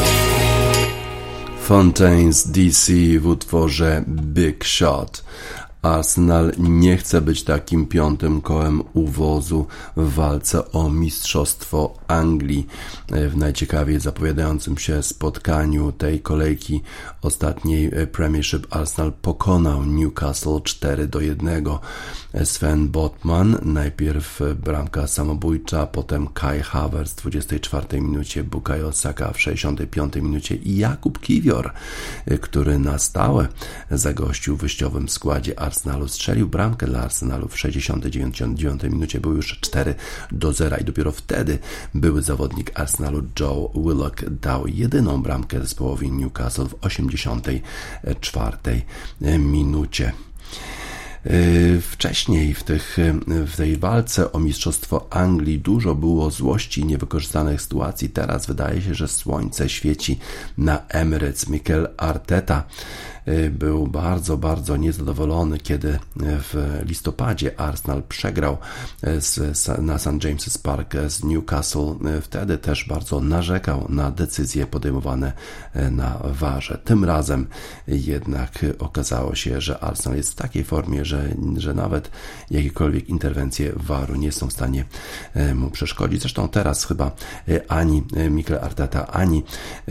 Fontaines DC w utworze Big Shot. Arsenal nie chce być takim piątym kołem uwozu w walce o mistrzostwo Anglii. W najciekawiej zapowiadającym się spotkaniu tej kolejki ostatniej Premiership Arsenal pokonał Newcastle 4-1. Sven Botman, najpierw bramka samobójcza, potem Kai Havertz w 24 minucie, Bukayo Saka w 65 minucie i Jakub Kiwior, który na stałe zagościł w wyjściowym składzie Arsenalu, strzelił bramkę dla Arsenalu w 69 minucie, był już 4-0 i dopiero wtedy były zawodnik Arsenalu Joe Willock dał jedyną bramkę zespołowi Newcastle w 84 minucie. Wcześniej w tej walce o mistrzostwo Anglii dużo było złości i niewykorzystanych sytuacji. Teraz wydaje się, że słońce świeci na Emirates. Mikel Arteta był bardzo, bardzo niezadowolony, kiedy w listopadzie Arsenal przegrał na St. James's Park z Newcastle. Wtedy też bardzo narzekał na decyzje podejmowane na VAR-ze. Tym razem jednak okazało się, że Arsenal jest w takiej formie, że nawet jakiekolwiek interwencje VAR-u nie są w stanie mu przeszkodzić. Zresztą teraz chyba ani Mikel Arteta, ani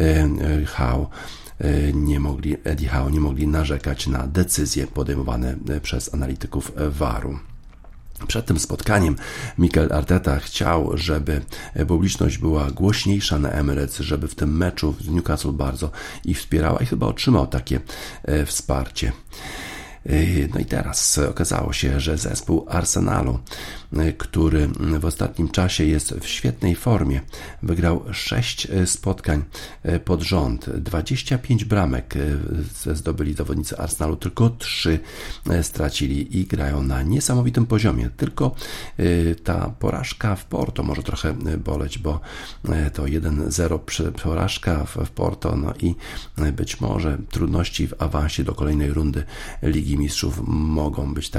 Eddie Howe nie mogli narzekać na decyzje podejmowane przez analityków VAR-u. Przed tym spotkaniem Mikel Arteta chciał, żeby publiczność była głośniejsza na Emirates, żeby w tym meczu z Newcastle bardzo ich wspierała i chyba otrzymał takie wsparcie. No i teraz okazało się, że zespół Arsenalu, który w ostatnim czasie jest w świetnej formie, wygrał 6 spotkań pod rząd, 25 bramek zdobyli zawodnicy Arsenalu, tylko 3 stracili i grają na niesamowitym poziomie. Tylko ta porażka w Porto może trochę boleć, bo to 1-0 porażka w Porto, no i być może trudności w awansie do kolejnej rundy Ligi Mistrzów mogą być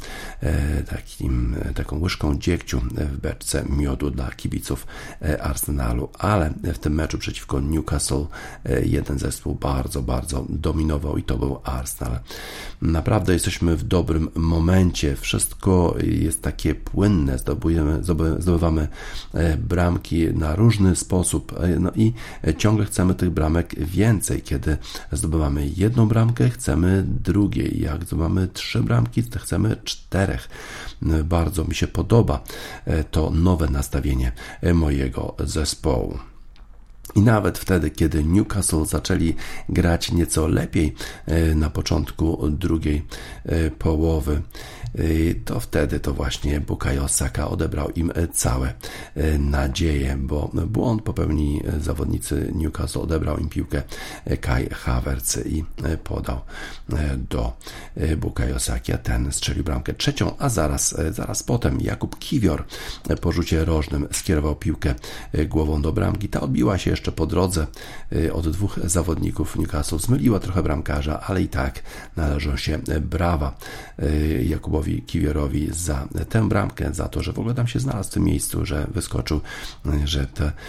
taką łyżką dziegciu w beczce miodu dla kibiców Arsenalu, ale w tym meczu przeciwko Newcastle jeden zespół bardzo, bardzo dominował i to był Arsenal. Naprawdę jesteśmy w dobrym momencie, wszystko jest takie płynne, zdobywamy bramki na różny sposób, no i ciągle chcemy tych bramek więcej. Kiedy zdobywamy jedną bramkę, chcemy drugiej, jak zdobywamy 3 bramki, to chcemy 4. Bardzo mi się podoba to nowe nastawienie mojego zespołu. I nawet wtedy, kiedy Newcastle zaczęli grać nieco lepiej na początku drugiej połowy, to wtedy to właśnie Bukayo Saka odebrał im całe nadzieje, bo błąd popełnili zawodnicy Newcastle, odebrał im piłkę Kai Havertz i podał do Bukayo Saki, a ten strzelił bramkę trzecią, a zaraz potem Jakub Kiwior po rzucie rożnym skierował piłkę głową do bramki. Ta odbiła się jeszcze po drodze od 2 zawodników Newcastle, zmyliła trochę bramkarza, ale i tak należą się brawa Jakubowi Kiwiorowi za tę bramkę, za to, że w ogóle tam się znalazł w tym miejscu, że wyskoczył, że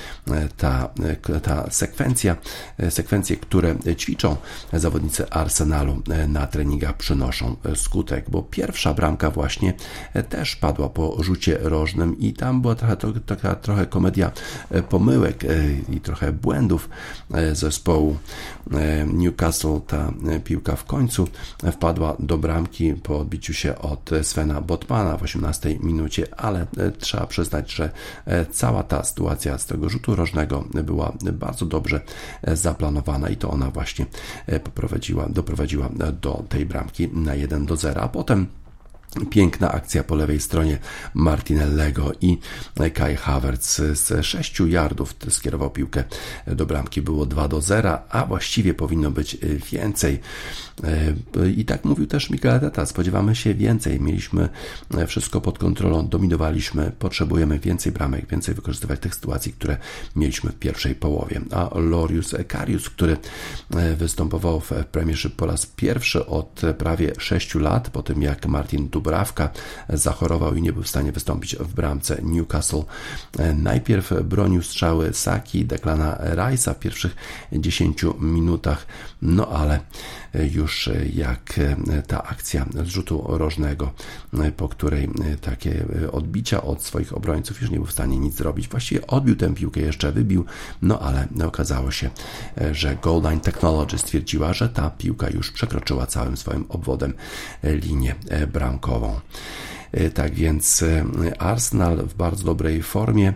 ta sekwencje, które ćwiczą zawodnicy Arsenalu na treningach, przynoszą skutek, bo pierwsza bramka właśnie też padła po rzucie rożnym i tam była trochę komedia pomyłek i trochę błędów zespołu Newcastle. Ta piłka w końcu wpadła do bramki po odbiciu się od Svena Botmana w 18 minucie, ale trzeba przyznać, że cała ta sytuacja z tego rzutu rożnego była bardzo dobrze zaplanowana i to ona właśnie doprowadziła do tej bramki na 1-0, a potem piękna akcja po lewej stronie Martinellego i Kai Havertz z 6 yardów skierował piłkę do bramki. Było 2-0, a właściwie powinno być więcej. I tak mówił też Mikel Arteta. Spodziewamy się więcej. Mieliśmy wszystko pod kontrolą, dominowaliśmy. Potrzebujemy więcej bramek, więcej wykorzystywać tych sytuacji, które mieliśmy w pierwszej połowie. A Loris Karius, który występował w Premiership po raz pierwszy od prawie 6 lat, po tym jak Martin Dubravka zachorował i nie był w stanie wystąpić w bramce Newcastle. Najpierw bronił strzały Saki, Declana Rice'a w pierwszych 10 minutach, no ale już jak ta akcja z rzutu rożnego, po której takie odbicia od swoich obrońców, już nie był w stanie nic zrobić. Właściwie odbił tę piłkę, jeszcze wybił, no ale okazało się, że Goal Line Technology stwierdziła, że ta piłka już przekroczyła całym swoim obwodem linię bramkową. Tak więc Arsenal w bardzo dobrej formie.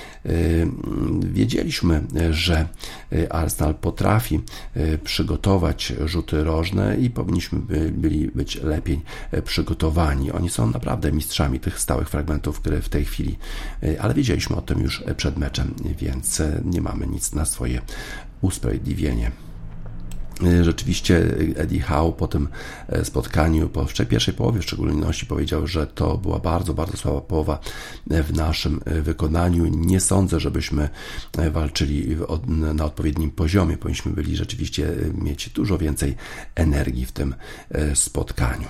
Wiedzieliśmy, że Arsenal potrafi przygotować rzuty rożne i powinniśmy byli być lepiej przygotowani. Oni są naprawdę mistrzami tych stałych fragmentów gry w tej chwili, ale wiedzieliśmy o tym już przed meczem, więc nie mamy nic na swoje usprawiedliwienie. Rzeczywiście Eddie Howe po tym spotkaniu, po pierwszej połowie w szczególności, powiedział, że to była bardzo, bardzo słaba połowa w naszym wykonaniu. Nie sądzę, żebyśmy walczyli na odpowiednim poziomie. Powinniśmy byli rzeczywiście mieć dużo więcej energii w tym spotkaniu.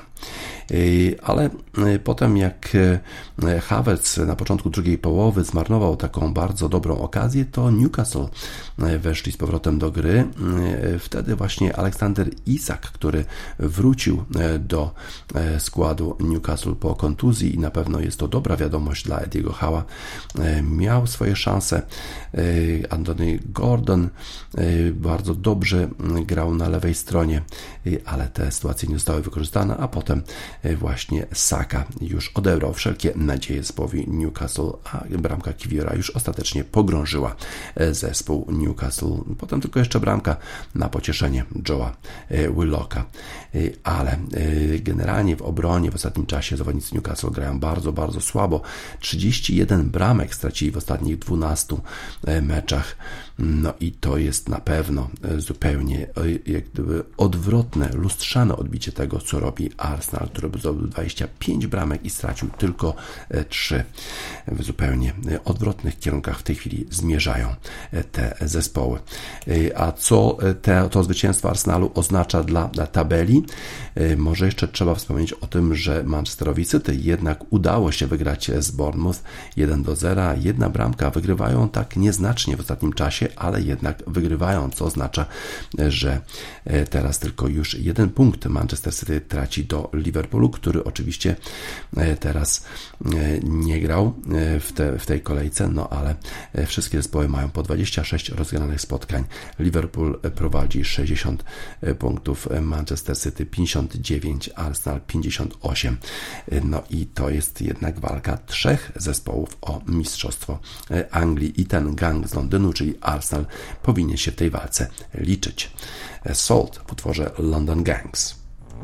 Ale potem jak Havertz na początku drugiej połowy zmarnował taką bardzo dobrą okazję, to Newcastle weszli z powrotem do gry. Wtedy właśnie Alexander Isak, który wrócił do składu Newcastle po kontuzji i na pewno jest to dobra wiadomość dla Ediego Howe'a, miał swoje szanse. Anthony Gordon bardzo dobrze grał na lewej stronie, ale te sytuacje nie zostały wykorzystane, a potem właśnie Saka już odebrał wszelkie nadzieje zespołowi Newcastle, a bramka Kiwiora już ostatecznie pogrążyła zespół Newcastle. Potem tylko jeszcze bramka na pocieszenie Joe'a Willocka, ale generalnie w obronie w ostatnim czasie zawodnicy Newcastle grają bardzo, bardzo słabo. 31 bramek stracili w ostatnich 12 meczach, no i to jest na pewno zupełnie jak gdyby odwrotne, lustrzane odbicie tego, co robi Arsenal, który zdobył 25 bramek i stracił tylko 3. W zupełnie odwrotnych kierunkach w tej chwili zmierzają te zespoły. A co to zwycięstwo Arsenalu oznacza dla tabeli? Może jeszcze trzeba wspomnieć o tym, że Manchesterowi City jednak udało się wygrać z Bournemouth 1-0. Jedna bramka, wygrywają tak nieznacznie w ostatnim czasie, ale jednak wygrywają, co oznacza, że teraz tylko już 1 punkt Manchester City traci do Liverpoolu, który oczywiście teraz nie grał w tej kolejce, no ale wszystkie zespoły mają po 26 rozgranych spotkań. Liverpool prowadzi 60 punktów, Manchester City 59, Arsenal 58. No i to jest jednak walka 3 zespołów o mistrzostwo Anglii i ten gang z Londynu, czyli Arsenal, powinien się w tej walce liczyć. Salt w utworze London Gangs.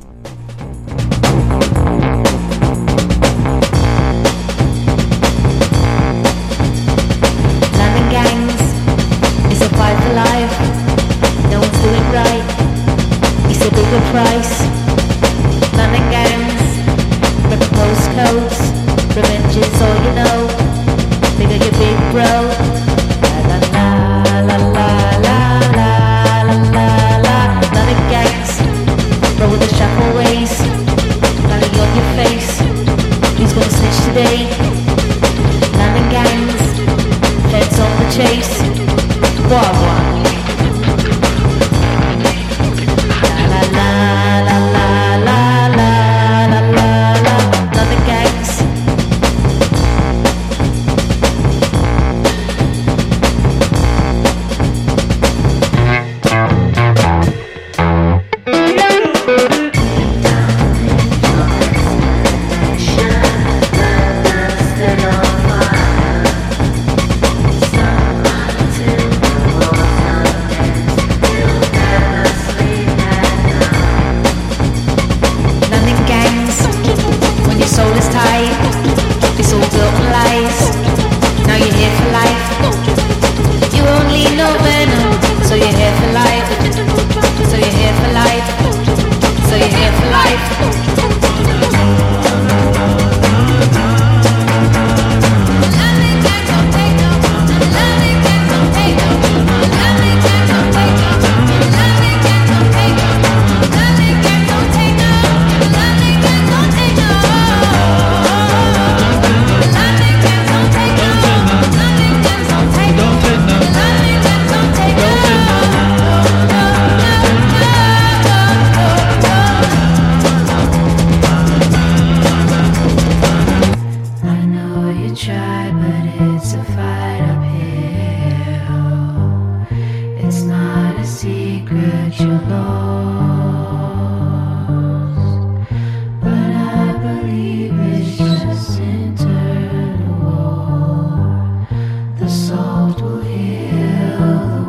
London Gangs is a fight for life. No one's doing right. It's a bigger price. London Gangs, rip postcodes. Revenge is all you know. Bigger your big bro. La la la la la la la la la. London Gangs, roll with the shuffle ways. Rally on your face. Who's gonna snitch today? London Gangs, heads on the chase. Wah-wah. La la la la la la la la la. London Gangs. picture lost, but I believe it's just internal war. The salt will heal the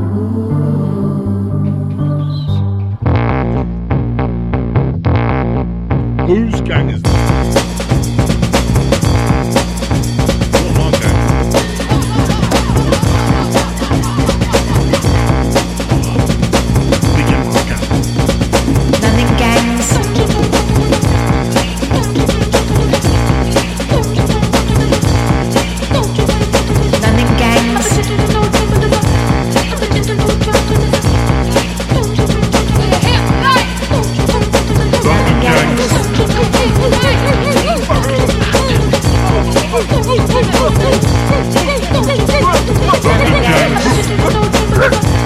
wounds. Whose gang is this? Not my gang. Begin my gang. London gangs. London gangs. London gangs. London gangs.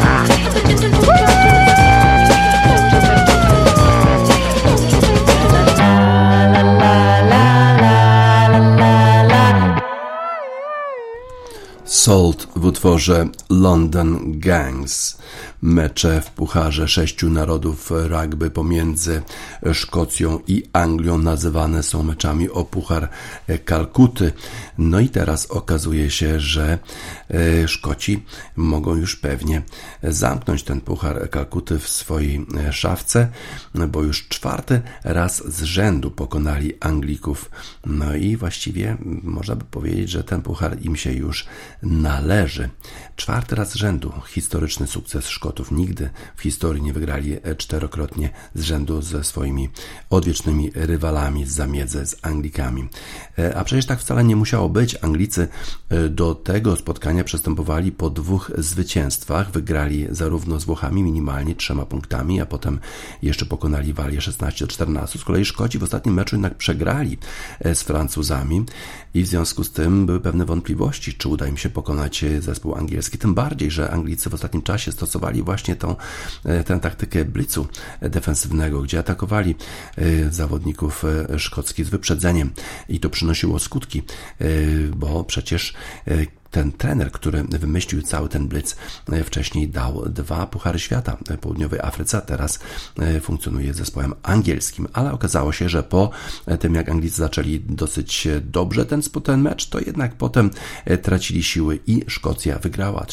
Salt w utworze London Gangs. Mecze w Pucharze 6 narodów rugby pomiędzy Szkocją i Anglią nazywane są meczami o Puchar Kalkuty. No i teraz okazuje się, że Szkoci mogą już pewnie zamknąć ten Puchar Kalkuty w swojej szafce, bo już 4. raz z rzędu pokonali Anglików. No i właściwie można by powiedzieć, że ten puchar im się już należy. 4. raz z rzędu. Historyczny sukces Szkotów. Nigdy w historii nie wygrali 4-krotnie z rzędu ze swoimi odwiecznymi rywalami z zamiedzy, z Anglikami. A przecież tak wcale nie musiało być. Anglicy do tego spotkania przystępowali po 2 zwycięstwach. Wygrali zarówno z Włochami minimalnie 3 punktami, a potem jeszcze pokonali Walię 16-14. Z kolei Szkoci w ostatnim meczu jednak przegrali z Francuzami i w związku z tym były pewne wątpliwości, czy uda im się pokonać zespół angielski. Tym bardziej, że Anglicy w ostatnim czasie stosowali właśnie tę taktykę blicu defensywnego, gdzie atakowali zawodników szkockich z wyprzedzeniem i to przynosiło skutki, bo przecież ten trener, który wymyślił cały ten blitz, wcześniej dał 2 Puchary Świata Południowej Afryce, a teraz funkcjonuje z zespołem angielskim. Ale okazało się, że po tym, jak Anglicy zaczęli dosyć dobrze ten mecz, to jednak potem tracili siły i Szkocja wygrała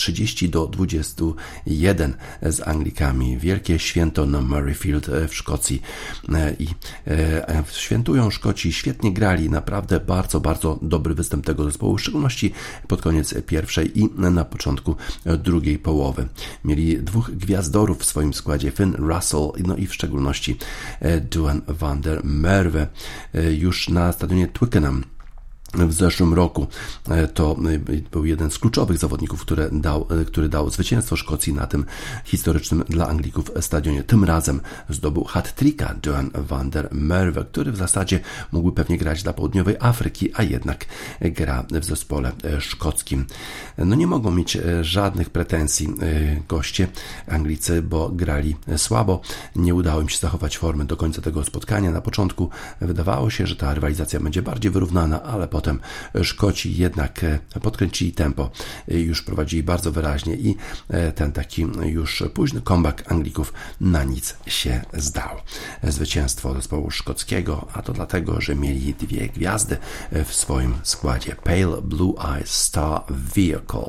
30-21 z Anglikami. Wielkie święto na Murrayfield w Szkocji i świętują Szkoci, świetnie grali, naprawdę bardzo, bardzo dobry występ tego zespołu, w szczególności pod koniec pierwszej i na początku drugiej połowy. Mieli 2 gwiazdorów w swoim składzie, Finn Russell, no i w szczególności Duan van der Merwe. Już na stadionie Twickenham w zeszłym roku to był jeden z kluczowych zawodników, który dał zwycięstwo Szkocji na tym historycznym dla Anglików stadionie. Tym razem zdobył hat-tricka Duan van der Merwe, który w zasadzie mógłby pewnie grać dla Południowej Afryki, a jednak gra w zespole szkockim. No nie mogą mieć żadnych pretensji goście Anglicy, bo grali słabo. Nie udało im się zachować formy do końca tego spotkania. Na początku wydawało się, że ta rywalizacja będzie bardziej wyrównana, ale potem Szkoci jednak podkręcili tempo, już prowadzili bardzo wyraźnie i ten taki już późny comeback Anglików na nic się zdał. Zwycięstwo zespołu szkockiego, a to dlatego, że mieli 2 gwiazdy w swoim składzie. Pale Blue Eyes Star Vehicle.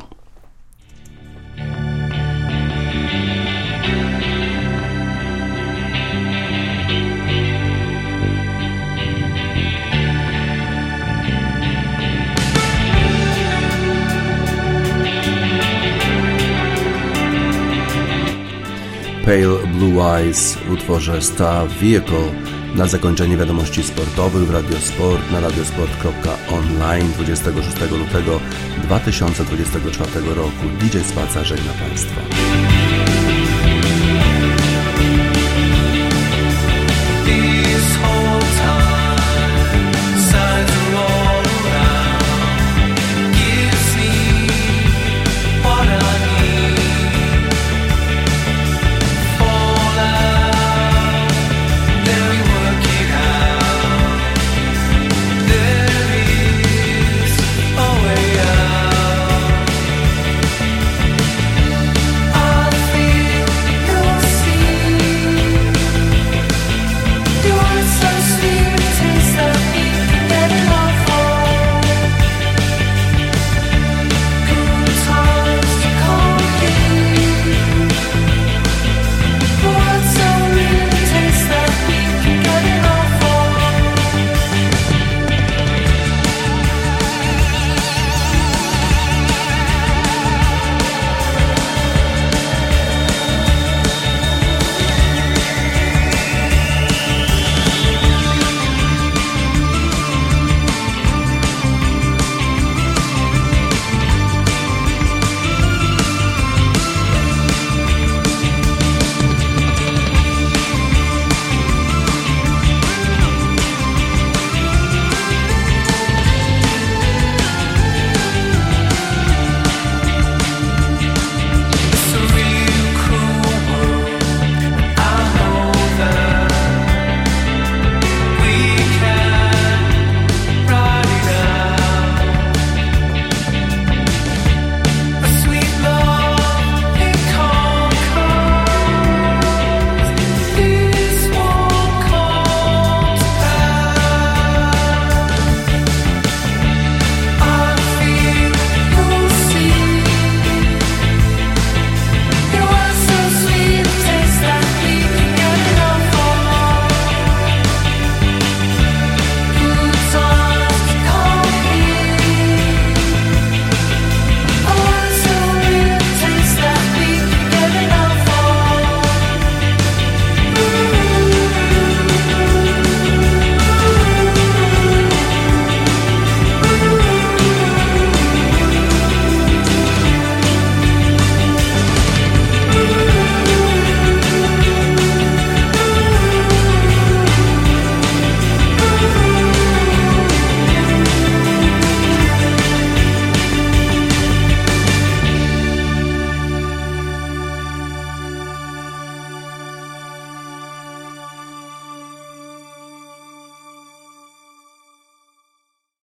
Pale Blue Eyes w utworze Star Vehicle. Na zakończenie wiadomości sportowych w Radiosport na radiosport.online 26 lutego 2024 roku. DJ Spaca żegna Państwa.